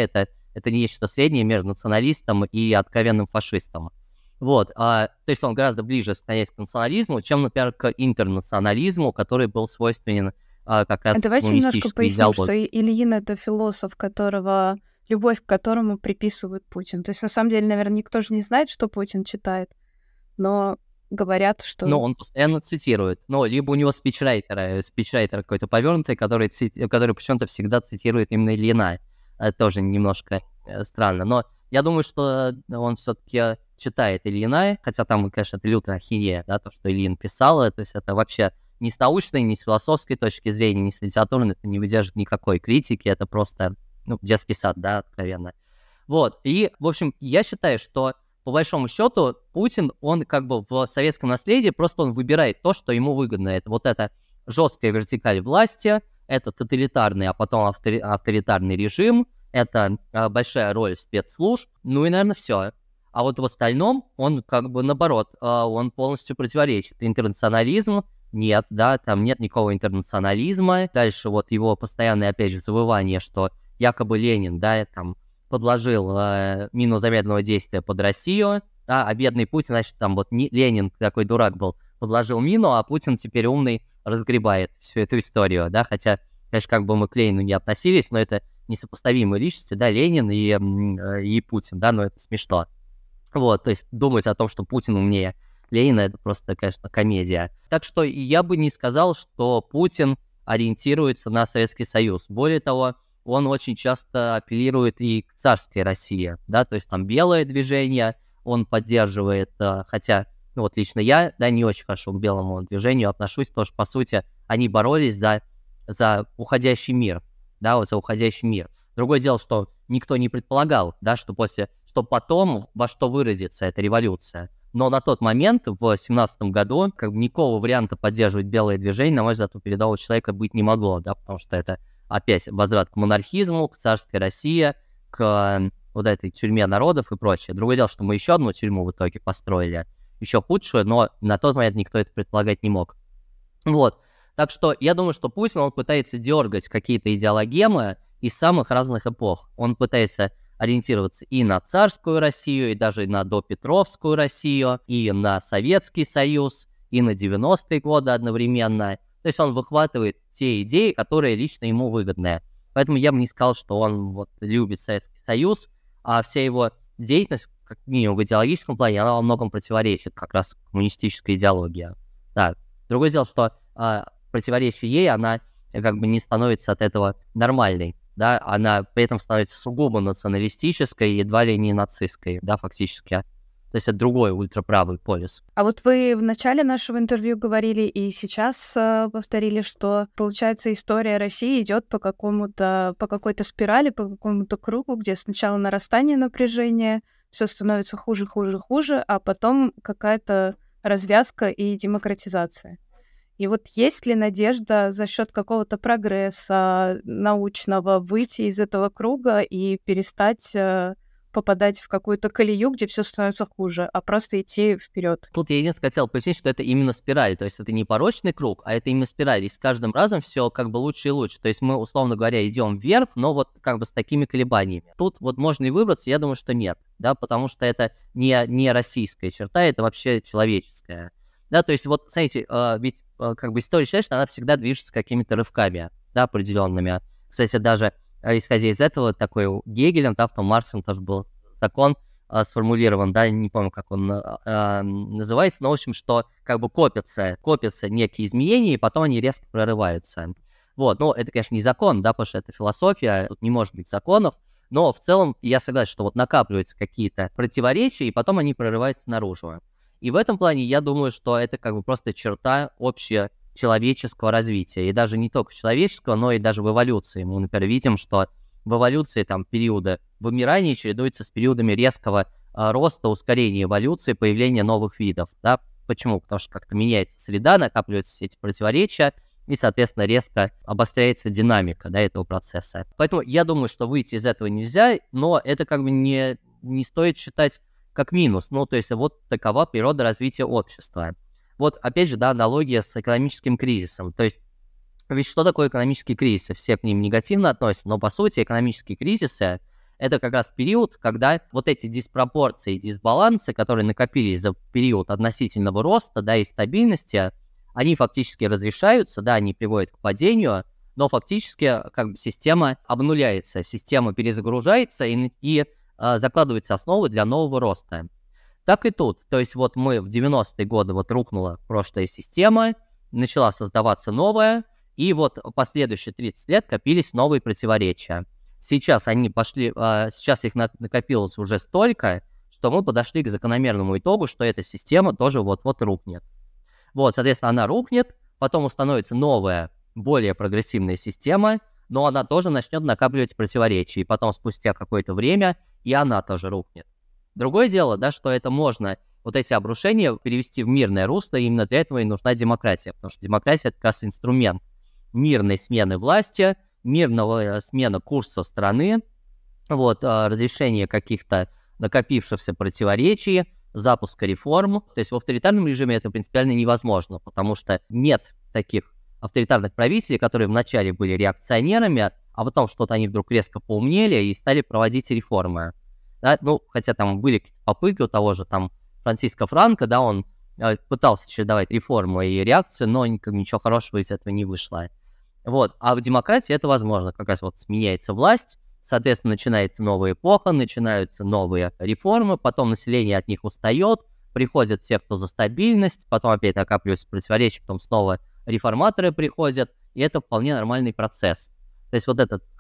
это нечто среднее между националистом и откровенным фашистом. Вот, то есть он гораздо ближе склоняется к национализму, чем, например, к интернационализму, который был свойственен как раз Давайте немножко коммунистической поясним, что идеологии. Ильин — это философ, любовь к которому приписывают Путин. То есть, на самом деле, наверное, никто же не знает, что Путин читает, но говорят, что... Но он постоянно цитирует. Ну, либо у него спичрайтер какой-то повернутый, который почему-то всегда цитирует именно Ильина. Это тоже немножко странно. Но я думаю, что он все-таки читает Ильина, хотя там, конечно, это лютая ахинея, да, то, что Ильин писал, то есть это вообще ни с научной, ни с философской точки зрения, ни с литературной, это не выдержит никакой критики, это просто, детский сад, да, откровенно. Вот, и, в общем, я считаю, что по большому счету, Путин, он как бы в советском наследии, просто он выбирает то, что ему выгодно. Это вот эта жесткая вертикаль власти, это тоталитарный, а потом авторитарный режим, это большая роль спецслужб, ну и, наверное, все. А вот в остальном он как бы наоборот, он полностью противоречит. Интернационализм нет, да, там нет никакого интернационализма. Дальше вот его постоянное, опять же, завывание, что якобы Ленин, да, там, подложил мину замедленного действия под Россию, да, а бедный Путин, значит, там вот Ленин такой дурак был, подложил мину, а Путин теперь умный разгребает всю эту историю, да, хотя, конечно, как бы мы к Ленину не относились, но это несопоставимые личности, да, Ленин и Путин, да, но это смешно. Вот, то есть думать о том, что Путин умнее Ленина, это просто, конечно, комедия. Так что я бы не сказал, что Путин ориентируется на Советский Союз. Более того, он очень часто апеллирует и к царской России, да, то есть там белое движение он поддерживает, хотя, вот лично я, да, не очень хорошо к белому движению отношусь, потому что, по сути, они боролись за уходящий мир, да, вот за уходящий мир. Другое дело, что никто не предполагал, да, что потом во что выродится эта революция. Но на тот момент, в 2017 году, как бы никакого варианта поддерживать белое движение, на мой взгляд, у передового человека быть не могло, да, потому что это опять возврат к монархизму, к царской России, к вот этой тюрьме народов и прочее. Другое дело, что мы еще одну тюрьму в итоге построили, еще худшую, но на тот момент никто это предполагать не мог. Вот. Так что я думаю, что Путин, он пытается дергать какие-то идеологемы из самых разных эпох. Он пытается ориентироваться и на царскую Россию, и даже на допетровскую Россию, и на Советский Союз, и на 90-е годы одновременно. То есть он выхватывает те идеи, которые лично ему выгодны. Поэтому я бы не сказал, что он вот любит Советский Союз, а вся его деятельность, как минимум в идеологическом плане, она во многом противоречит как раз коммунистической идеологии. Да. Другое дело, что противоречие ей, она как бы не становится от этого нормальной. Да, она при этом становится сугубо националистической, едва ли не нацистской, да, фактически. То есть это другой ультраправый полюс. А вот вы в начале нашего интервью говорили и сейчас повторили, что, получается, история России идет по какой-то спирали, по какому-то кругу, где сначала нарастание напряжения, все становится хуже, хуже, хуже, а потом какая-то развязка и демократизация. И вот есть ли надежда за счет какого-то прогресса научного выйти из этого круга и перестать попадать в какую-то колею, где все становится хуже, а просто идти вперед? Тут я единственное хотел пояснить, что это именно спираль, то есть это не порочный круг, а это именно спираль, и с каждым разом все как бы лучше и лучше. То есть мы, условно говоря, идем вверх, но вот как бы с такими колебаниями. Тут вот можно и выбраться, я думаю, что нет, да, потому что это не российская черта, это вообще человеческая. Да, то есть вот, смотрите, ведь как бы история человечества, она всегда движется какими-то рывками, да, определенными. Кстати, даже исходя из этого, такой Гегелем, да, потом Марксом тоже был закон сформулирован, да, не помню, как он называется, но, в общем, что как бы копятся некие изменения, и потом они резко прорываются. Вот, ну, это, конечно, не закон, да, потому что это философия, тут не может быть законов, но в целом я согласен, что вот накапливаются какие-то противоречия, и потом они прорываются наружу. И в этом плане я думаю, что это как бы просто черта общечеловеческого развития. И даже не только человеческого, но и даже в эволюции. Мы, например, видим, что в эволюции там периоды вымирания чередуются с периодами резкого роста, ускорения эволюции, появления новых видов. Да? Почему? Потому что как-то меняется среда, накапливаются все эти противоречия, и, соответственно, резко обостряется динамика, да, этого процесса. Поэтому я думаю, что выйти из этого нельзя, но это как бы не стоит считать как минус. Ну, то есть вот такова природа развития общества. Вот, опять же, да, аналогия с экономическим кризисом. То есть, ведь что такое экономические кризисы? Все к ним негативно относятся, но, по сути, экономические кризисы это как раз период, когда вот эти диспропорции, дисбалансы, которые накопились за период относительного роста, да, и стабильности, они фактически разрешаются, да, они приводят к падению, но фактически как бы система обнуляется, система перезагружается и закладываются основы для нового роста. Так и тут. То есть вот мы в 90-е годы вот рухнула прошлая система, начала создаваться новая, и вот последующие 30 лет копились новые противоречия. Сейчас они пошли, сейчас их накопилось уже столько, что мы подошли к закономерному итогу, что эта система тоже вот-вот рухнет. Вот, соответственно, она рухнет, потом установится новая, более прогрессивная система, но она тоже начнет накапливать противоречия, и потом спустя какое-то время и она тоже рухнет. Другое дело, да, что это можно, вот эти обрушения перевести в мирное русло, и именно для этого и нужна демократия, потому что демократия — это как раз инструмент мирной смены власти, мирного смена курса страны, вот, разрешение каких-то накопившихся противоречий, запуска реформ. То есть в авторитарном режиме это принципиально невозможно, потому что нет таких авторитарных правителей, которые вначале были реакционерами, а потом что-то они вдруг резко поумнели и стали проводить реформы. Да? Ну, хотя там были какие-то попытки у того же там Франциско Франко, да, он пытался чередовать реформу и реакцию, но ничего хорошего из этого не вышло. Вот. А в демократии это возможно. Как раз вот сменяется власть, соответственно, начинается новая эпоха, начинаются новые реформы, потом население от них устает, приходят те, кто за стабильность, потом опять накапливаются противоречия, потом снова реформаторы приходят, и это вполне нормальный процесс. То есть вот это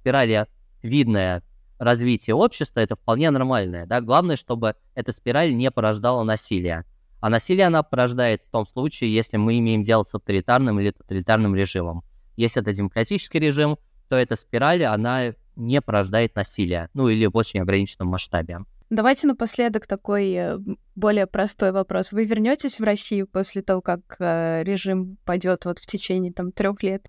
спиралевидное развитие общества, это вполне нормальное. Да? Главное, чтобы эта спираль не порождала насилие. А насилие она порождает в том случае, если мы имеем дело с авторитарным или тоталитарным режимом. Если это демократический режим, то эта спираль, она не порождает насилие, ну или в очень ограниченном масштабе. Давайте напоследок такой более простой вопрос. Вы вернетесь в Россию после того, как режим пойдет вот в течение 3 лет?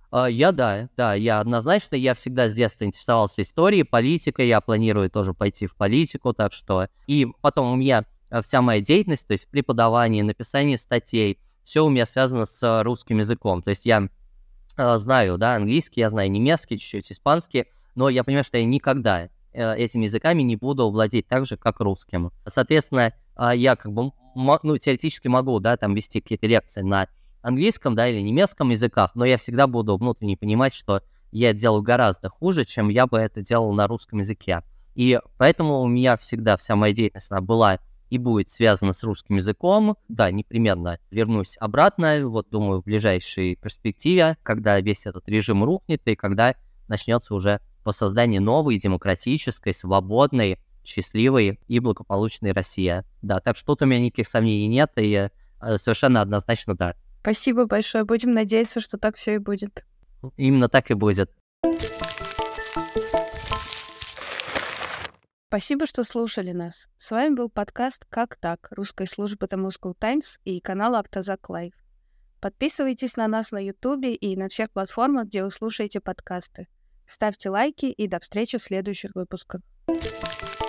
Я однозначно, я всегда с детства интересовался историей, политикой, я планирую тоже пойти в политику, так что... И потом у меня вся моя деятельность, то есть преподавание, написание статей, все у меня связано с русским языком, то есть я знаю, да, английский, я знаю немецкий, чуть-чуть испанский, но я понимаю, что я никогда этими языками не буду владеть так же, как русским. Соответственно, я как бы, теоретически могу, да, там вести какие-то лекции на английском, да, или немецком языках, но я всегда буду внутренне понимать, что я делаю гораздо хуже, чем я бы это делал на русском языке. И поэтому у меня всегда вся моя деятельность, она была и будет связана с русским языком. Да, непременно вернусь обратно, вот думаю, в ближайшей перспективе, когда весь этот режим рухнет и когда начнется уже воссоздание новой, демократической, свободной, счастливой и благополучной России. Да, так что тут у меня никаких сомнений нет, и совершенно однозначно да. Спасибо большое, будем надеяться, что так все и будет. Именно так и будет. Спасибо, что слушали нас. С вами был подкаст «Как так?» русской службы The Moscow Times и канала Автозак Лайв. Подписывайтесь на нас на Ютубе и на всех платформах, где вы слушаете подкасты. Ставьте лайки и до встречи в следующих выпусках.